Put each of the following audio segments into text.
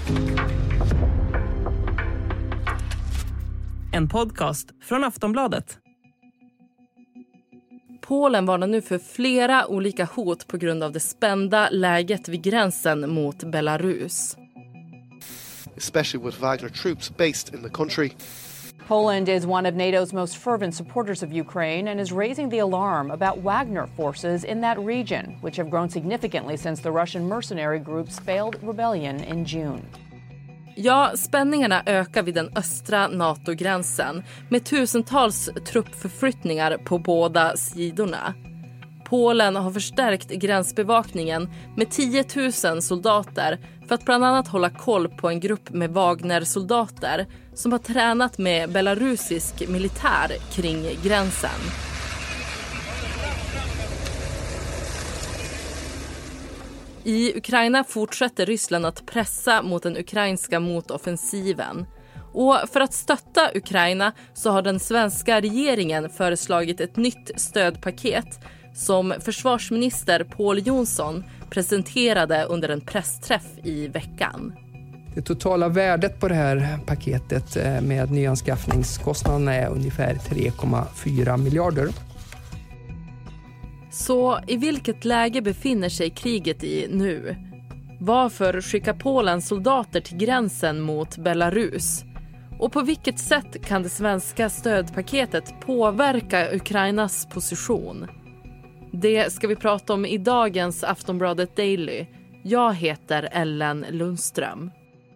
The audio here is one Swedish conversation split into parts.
En podcast från Aftonbladet. Polen varnar nu för flera olika hot på grund av det spända läget vid gränsen mot Belarus. Especially with Wagner troops based in the country. Poland is one of NATO's most fervent supporters of Ukraine and is raising the alarm about Wagner forces in that region, which have grown significantly since the Russian mercenary group's failed rebellion in June. Ja, spänningarna ökar vid den östra NATO-gränsen med tusentals truppförflyttningar på båda sidorna. Polen har förstärkt gränsbevakningen med 10 000 soldater för att bland annat hålla koll på en grupp med Wagner-soldater som har tränat med belarusisk militär kring gränsen. I Ukraina fortsätter Ryssland att pressa mot den ukrainska motoffensiven. Och för att stötta Ukraina så har den svenska regeringen föreslagit ett nytt stödpaket som försvarsminister Pål Jonson presenterade under en pressträff i veckan. Det totala värdet på det här paketet med nyanskaffningskostnaderna är ungefär 3,4 miljarder. Så i vilket läge befinner sig kriget i nu? Varför skickar Polen soldater till gränsen mot Belarus? Och på vilket sätt kan det svenska stödpaketet påverka Ukrainas position? Det ska vi prata om i dagens Aftonbladet Daily. Jag heter Ellen Lundström.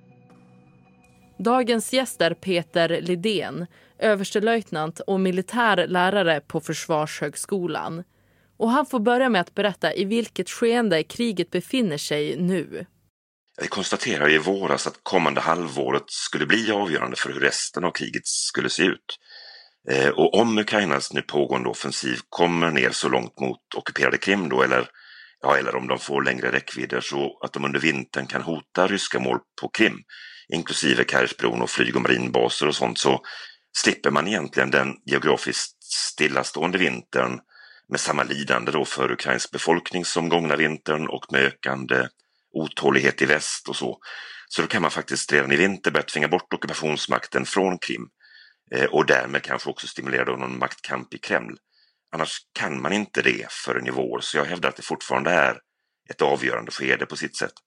Dagens gäst är Peter Lidén, överstelöjtnant och militärlärare på Försvarshögskolan. Och han får börja med att berätta i vilket skeende kriget befinner sig nu. Vi konstaterade i våras att kommande halvåret skulle bli avgörande för hur resten av kriget skulle se ut. Och om Ukrainas nu pågående offensiv kommer ner så långt mot ockuperade Krim då, eller om de får längre räckvidder så att de under vintern kan hota ryska mål på Krim, inklusive Kerchbron och flyg- och marinbaser och sånt, så slipper man egentligen den geografiskt stillastående vintern med samma lidande då för ukrainsk befolkning som gångna vintern och med ökande otålighet i väst och så. Så då kan man faktiskt redan i vinter börja tvinga bort ockupationsmakten från Krim och därmed kanske också stimulera då någon maktkamp i Kreml. Annars kan man inte det förrän i vår, så jag hävdar att det fortfarande är ett avgörande skede på sitt sätt.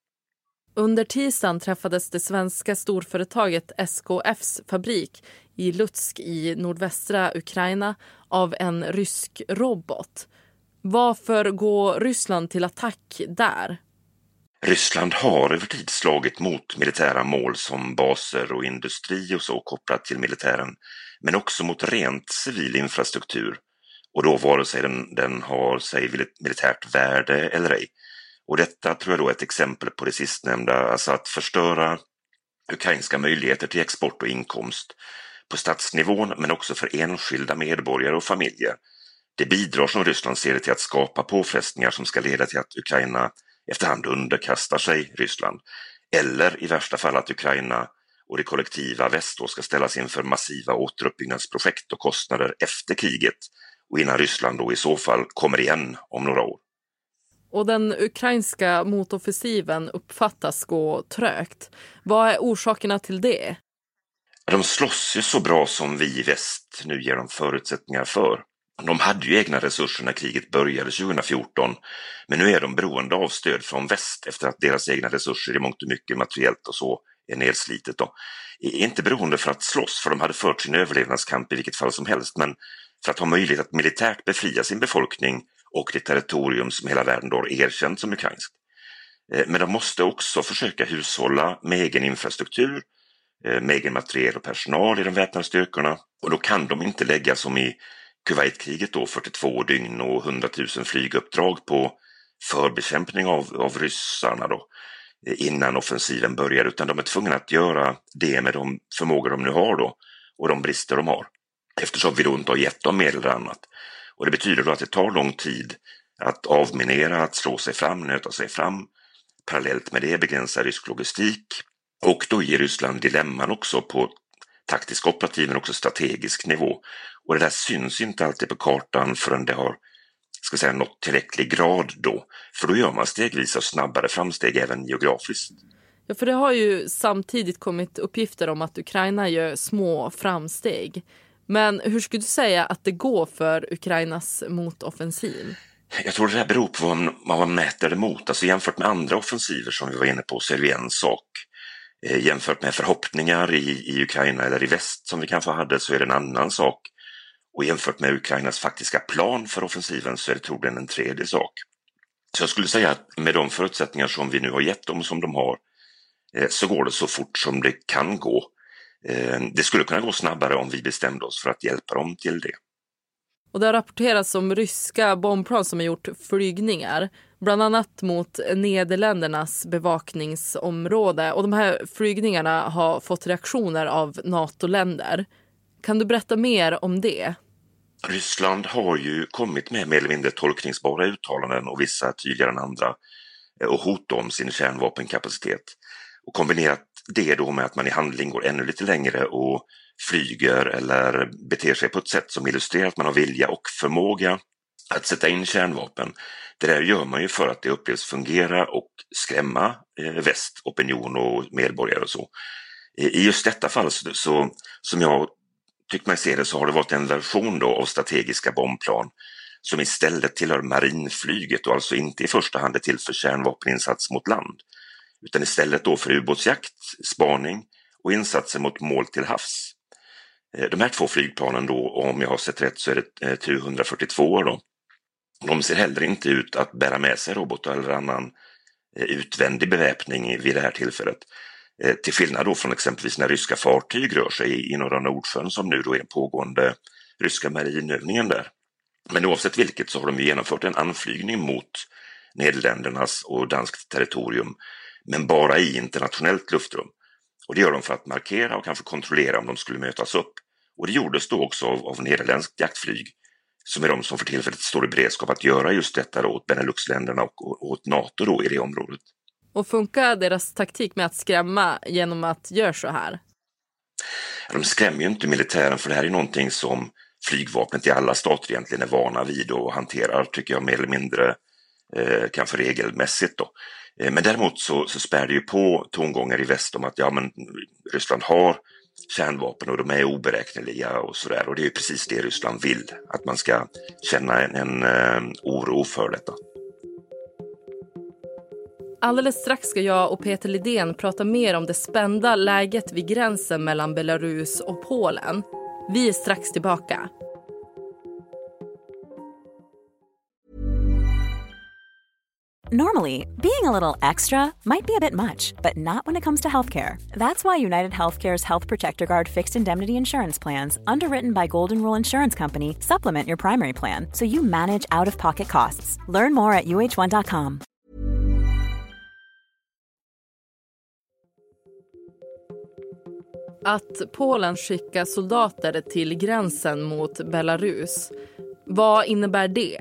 Under tisdagen träffades det svenska storföretaget SKFs fabrik i Lutsk i nordvästra Ukraina av en rysk robot. Varför går Ryssland till attack där? Ryssland har över tid slagit mot militära mål som baser och industri och så kopplat till militären, men också mot rent civil infrastruktur. Och då vare sig den har sig militärt värde eller ej. Och detta tror jag då är ett exempel på det sistnämnda, alltså att förstöra ukrainska möjligheter till export och inkomst på statsnivån men också för enskilda medborgare och familjer. Det bidrar som Ryssland ser det till att skapa påfrestningar som ska leda till att Ukraina efterhand underkastar sig Ryssland. Eller i värsta fall att Ukraina och det kollektiva väst då ska ställas inför massiva återuppbyggnadsprojekt och kostnader efter kriget och innan Ryssland då i så fall kommer igen om några år. Och den ukrainska motoffensiven uppfattas gå trögt. Vad är orsakerna till det? De slåss ju så bra som vi i väst nu ger dem förutsättningar för. De hade ju egna resurser när kriget började 2014, men nu är de beroende av stöd från väst efter att deras egna resurser i mångt och mycket materiellt och så är nedslitet då. Inte beroende för att slåss, för de hade fört sin överlevnadskamp i vilket fall som helst, men för att ha möjlighet att militärt befria sin befolkning och det territorium som hela världen då erkänt som ukrainskt. Men de måste också försöka hushålla med egen infrastruktur, med egen materiel och personal i de väpnade styrkorna, och då kan de inte lägga som i Kuwaitkriget då 42 dygn och 100 000 flyguppdrag på förbekämpning av ryssarna då innan offensiven börjar, utan de är tvungna att göra det med de förmågor de nu har då och de brister de har, eftersom vi då inte har gett dem medel eller annat. Och det betyder då att det tar lång tid att avminera, att slå sig fram, nöta sig fram. Parallellt med det begränsar rysk logistik, och då ger Ryssland dilemman också på taktisk operativ men också strategisk nivå. Och det där syns inte alltid på kartan förrän det har nått tillräcklig grad då. För då gör man stegvis och snabbare framsteg även geografiskt. Ja, för det har ju samtidigt kommit uppgifter om att Ukraina gör små framsteg. Men hur skulle du säga att det går för Ukrainas motoffensiv? Jag tror det här beror på vad man mäter det mot. Alltså jämfört med andra offensiver som vi var inne på så är det en sak. Jämfört med förhoppningar i Ukraina eller i väst som vi kanske hade så är det en annan sak. Och jämfört med Ukrainas faktiska plan för offensiven så är det troligen en tredje sak. Så jag skulle säga att med de förutsättningar som vi nu har gett dem som de har så går det så fort som det kan gå. Det skulle kunna gå snabbare om vi bestämde oss för att hjälpa dem till det. Och det har rapporterats om ryska bombplan som har gjort flygningar, bland annat mot Nederländernas bevakningsområde. Och de här flygningarna har fått reaktioner av NATO-länder. Kan du berätta mer om det? Ryssland har ju kommit med mer eller mindre tolkningsbara uttalanden och vissa tydligare än andra och hot om sin kärnvapenkapacitet. Och kombinerat det då med att man i handling går ännu lite längre och flyger eller beter sig på ett sätt som illustrerar att man har vilja och förmåga att sätta in kärnvapen. Det där gör man ju för att det upplevs fungera och skrämma väst, opinion och medborgare och så. I just detta fall så som jag tycker man ser det så har det varit en version då av strategiska bombplan som istället tillhör marinflyget och alltså inte i första hand är till för kärnvapeninsats mot land utan istället då för ubåtsjakt, spaning och insatser mot mål till havs. De här två flygplanen då, om jag har sett rätt så är det Tu-142 då. De ser heller inte ut att bära med sig robotar eller annan utvändig beväpning vid det här tillfället. Till skillnad då från exempelvis när ryska fartyg rör sig i norra Nordsjön som nu då är den pågående ryska marinövningen där. Men oavsett vilket så har de genomfört en anflygning mot Nederländernas och danskt territorium men bara i internationellt luftrum. Och det gör de för att markera och kanske kontrollera om de skulle mötas upp. Och det gjordes då också av nederländskt jaktflyg som är de som för tillfället står i beredskap att göra just detta då åt Beneluxländerna och åt NATO då i det området. Och funkar deras taktik med att skrämma genom att göra så här? De skrämmer ju inte militären för det här är någonting som flygvapnet i alla stater egentligen är vana vid och hanterar tycker jag mer eller mindre kanske regelmässigt då. Men däremot så spär det ju på tongångar i väst om att ja, men Ryssland har kärnvapen och de är oberäkneliga och sådär. Och det är ju precis det Ryssland vill, att man ska känna en oro för detta. Alldeles strax ska jag och Peter Lidén prata mer om det spända läget vid gränsen mellan Belarus och Polen. Vi är strax tillbaka. Normally, being a little extra might be a bit much, but not when it comes to healthcare. That's why United Healthcare's Health Protector Guard fixed indemnity insurance plans, underwritten by Golden Rule Insurance Company, supplement your primary plan so you manage out-of-pocket costs. Learn more at uh1.com. Att Polen skickar soldater till gränsen mot Belarus, vad innebär det?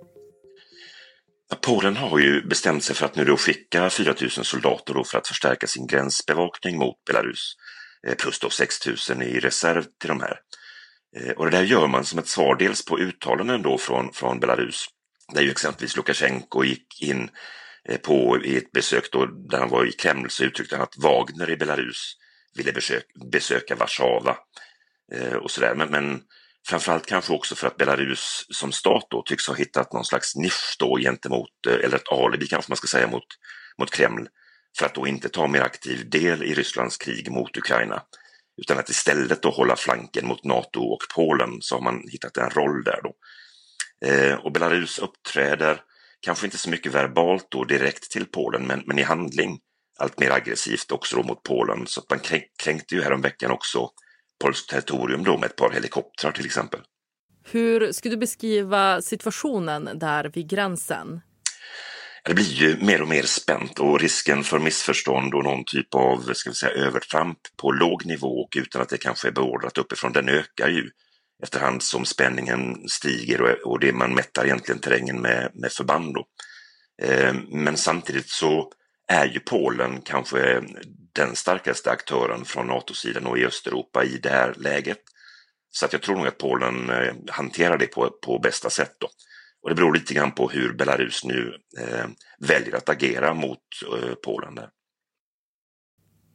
Polen har ju bestämt sig för att nu då skicka 4 000 soldater då för att förstärka sin gränsbevakning mot Belarus. Plus då 6 000 i reserv till de här. Och det där gör man som ett svar dels på uttalanden då från Belarus. Där ju exempelvis Lukasjenko gick in i ett besök då där han var i Kreml så uttryckte han att Wagner i Belarus ville besöka Warszawa och sådär. Men framförallt kanske också för att Belarus som stat då tycks ha hittat någon slags nisch då gentemot, eller ett alibi kanske man ska säga mot Kreml, för att då inte ta mer aktiv del i Rysslands krig mot Ukraina. Utan att istället då hålla flanken mot NATO och Polen så har man hittat en roll där då. Och Belarus uppträder kanske inte så mycket verbalt då direkt till Polen men i handling allt mer aggressivt också då mot Polen. Så att man kränkte ju häromveckan också polskt territorium då med ett par helikoptrar till exempel. Hur skulle du beskriva situationen där vid gränsen? Det blir ju mer och mer spänt och risken för missförstånd och någon typ av övertramp på låg nivå och utan att det kanske är beordrat uppifrån, den ökar ju efterhand som spänningen stiger och det man mättar egentligen terrängen med förband då. Men samtidigt så är ju Polen kanske den starkaste aktören från NATO-sidan och i Östeuropa i det här läget. Så att jag tror nog att Polen hanterar det på bästa sätt då. Och det beror lite grann på hur Belarus nu väljer att agera mot Polen där.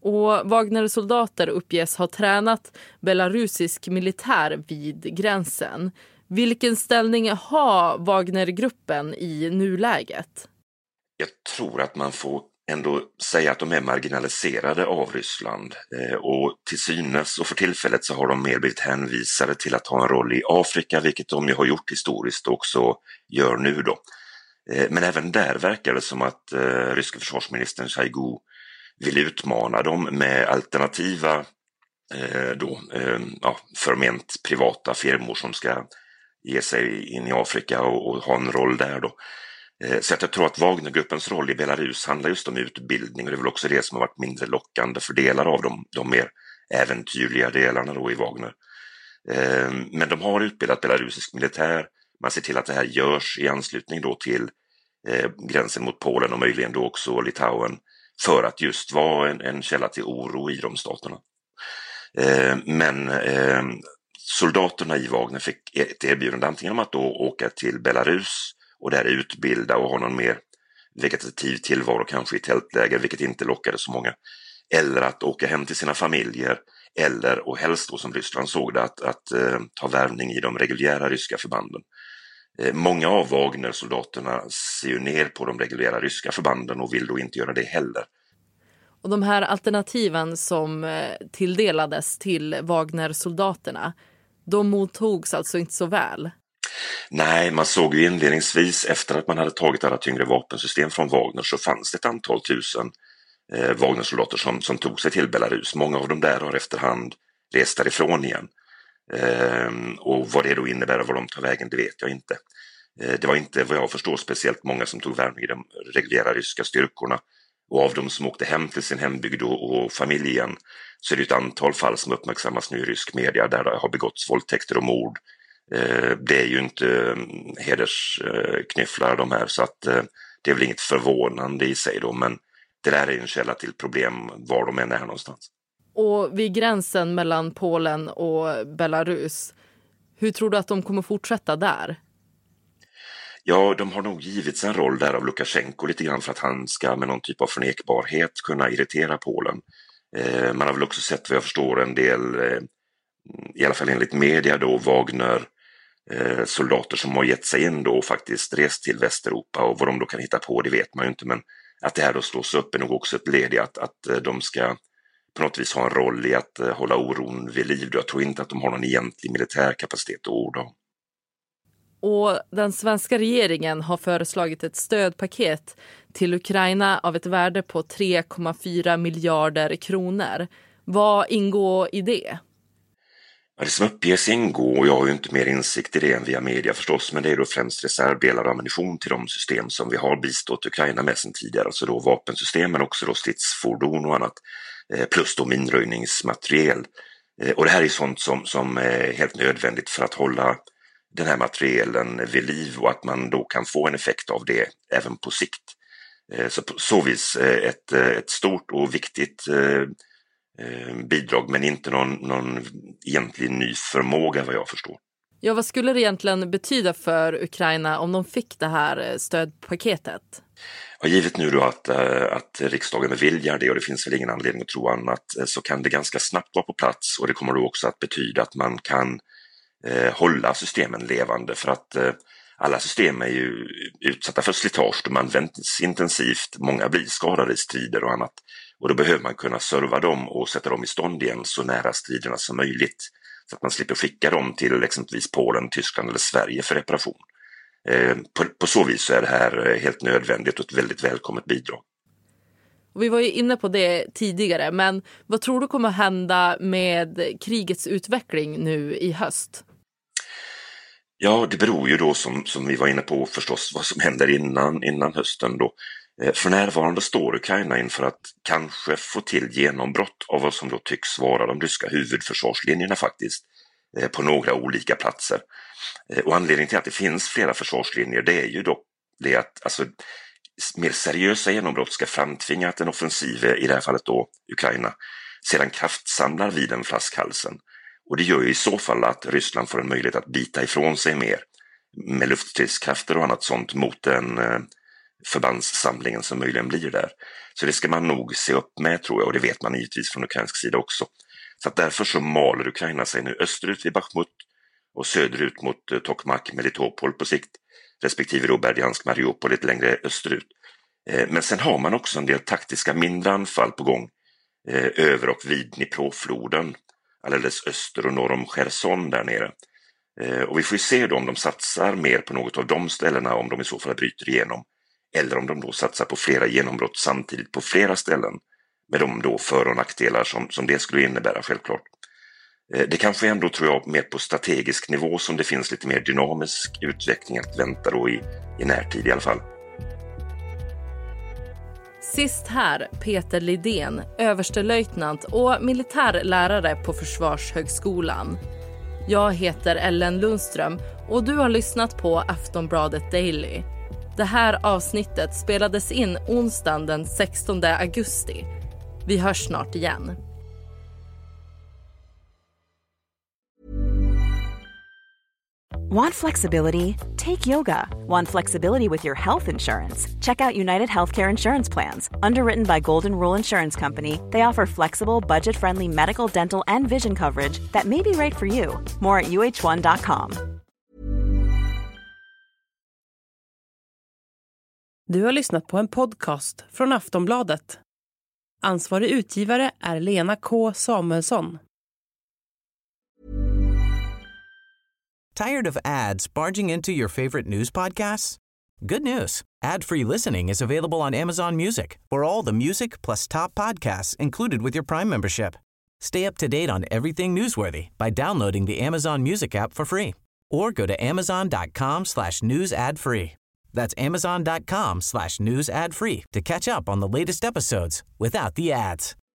Och Wagner-soldater uppges ha tränat belarusisk militär vid gränsen. Vilken ställning har Wagner-gruppen i nuläget? Jag tror att man får ändå säga att de är marginaliserade av Ryssland och till synes och för tillfället så har de mer blivit hänvisade till att ha en roll i Afrika, vilket de ju har gjort historiskt och också gör nu då. Men även där verkar det som att ryska försvarsministern Shoigu vill utmana dem med alternativa förment privata firmor som ska ge sig in i Afrika och ha en roll där då. Så att jag tror att Wagnergruppens roll i Belarus handlar just om utbildning och det är väl också det som har varit mindre lockande för delar av de mer äventyrliga delarna då i Wagner. Men de har utbildat belarusisk militär, man ser till att det här görs i anslutning då till gränsen mot Polen och möjligen då också Litauen för att just vara en källa till oro i de staterna. Men soldaterna i Wagner fick ett erbjudande antingen om att då åka till Belarus och där utbilda och ha någon mer vegetativ tillvaro kanske i tältläger, vilket inte lockade så många. Eller att åka hem till sina familjer eller, och helst då som Ryssland såg det, att ta värvning i de reguljära ryska förbanden. Många av Wagner-soldaterna ser ju ner på de reguljära ryska förbanden och vill då inte göra det heller. Och de här alternativen som tilldelades till Wagner-soldaterna, de mottogs alltså inte så väl? Nej, man såg ju inledningsvis efter att man hade tagit alla tyngre vapensystem från Wagner så fanns det ett antal tusen Wagner-soldater som tog sig till Belarus. Många av dem där har efterhand rest därifrån igen. Och vad det då innebär och vad de tar vägen, det vet jag inte. Det var inte vad jag förstår speciellt många som tog värvning i de reguljära ryska styrkorna. Och av dem som åkte hem till sin hembygd och familj igen så är det ett antal fall som uppmärksammas nu i rysk media där det har begåtts våldtäkter och mord. Det är ju inte hedersknyfflar de här så att det är väl inget förvånande i sig då, men det där är ju en källa till problem var de än är någonstans. Och vid gränsen mellan Polen och Belarus, hur tror du att de kommer fortsätta där? Ja, de har nog givits en roll där av Lukasjenko lite grann för att han ska med någon typ av förnekbarhet kunna irritera Polen. Man har väl också sett vad jag förstår en del, i alla fall enligt media då, Wagner soldater som har gett sig in då och faktiskt rest till Västeuropa och vad de då kan hitta på det vet man ju inte, men att det här då slås upp är nog också ett led i att de ska på något vis ha en roll i att hålla oron vid liv. Jag tror inte att de har någon egentlig militär kapacitet att orda om. Och den svenska regeringen har föreslagit ett stödpaket till Ukraina av ett värde på 3,4 miljarder kronor. Vad ingår i det? Ja, det som uppges ingår, och jag har ju inte mer insikt i det än via media förstås, men det är då främst reservdelar och ammunition till de system som vi har bistått Ukraina med sedan tidigare, alltså då vapensystem men också då stridsfordon och annat, plus då minröjningsmateriel. Och det här är sånt som är helt nödvändigt för att hålla den här materielen vid liv och att man då kan få en effekt av det även på sikt. Så på så vis ett stort och viktigt bidrag men inte någon egentlig ny förmåga vad jag förstår. Ja, vad skulle det egentligen betyda för Ukraina om de fick det här stödpaketet? Ja, givet nu då att riksdagen beviljar det och det finns väl ingen anledning att tro annat så kan det ganska snabbt vara på plats och det kommer då också att betyda att man kan hålla systemen levande för att alla system är ju utsatta för slitage, de används intensivt, många blir skadade i strider och annat och då behöver man kunna serva dem och sätta dem i stånd igen så nära striderna som möjligt så att man slipper skicka dem till exempelvis Polen, Tyskland eller Sverige för reparation. På så vis så är det här helt nödvändigt och ett väldigt välkommet bidrag. Och vi var ju inne på det tidigare, men vad tror du kommer hända med krigets utveckling nu i höst? Ja, det beror ju då som vi var inne på förstås vad som händer innan hösten då. För närvarande står Ukraina inför att kanske få till genombrott av vad som då tycks vara de ryska huvudförsvarslinjerna faktiskt på några olika platser. Och anledningen till att det finns flera försvarslinjer det är ju dock det att alltså, mer seriösa genombrott ska framtvinga att en offensiv, i det här fallet då Ukraina, sedan kraftsamlar vid den flaskhalsen. Och det gör ju i så fall att Ryssland får en möjlighet att bita ifrån sig mer med luftstridskrafter och annat sånt mot en förbandssamlingen som möjligen blir där. Så det ska man nog se upp med, tror jag, och det vet man givetvis från ukrainsk sida också. Så att därför så maler Ukraina sig nu österut vid Bachmut och söderut mot Tokmak, Melitopol på sikt, respektive då Berdiansk, Mariupol lite längre österut. Men sen har man också en del taktiska mindre anfall på gång över och vid Dniprofloden, alldeles öster och norr om Cherson där nere. Och vi får ju se då om de satsar mer på något av de ställena, om de i så fall bryter igenom, eller om de då satsar på flera genombrott samtidigt på flera ställen, med de då för- och nackdelar som det skulle innebära självklart. Det kanske ändå, tror jag, mer på strategisk nivå som det finns lite mer dynamisk utveckling att vänta då i närtid i alla fall. Sist här Peter Lidén, överstelöjtnant och militärlärare på Försvarshögskolan. Jag heter Ellen Lundström och du har lyssnat på Aftonbladet Daily. Det här avsnittet spelades in onsdagen den 16 augusti. Vi hörs snart igen. Want flexibility? Take yoga. Want flexibility with your health insurance? Check out United Healthcare Insurance Plans. Underwritten by Golden Rule Insurance Company, they offer flexible, budget-friendly medical, dental, and vision coverage that may be right for you. More at uh1.com. Du har lyssnat på en podcast från Aftonbladet. Ansvarig utgivare är Lena K. Samuelsson. Tired of ads barging into your favorite news podcasts? Good news. Ad-free listening is available on Amazon Music for all the music plus top podcasts included with your Prime membership. Stay up to date on everything newsworthy by downloading the Amazon Music app for free or go to amazon.com/news ad free. That's amazon.com/news ad free to catch up on the latest episodes without the ads.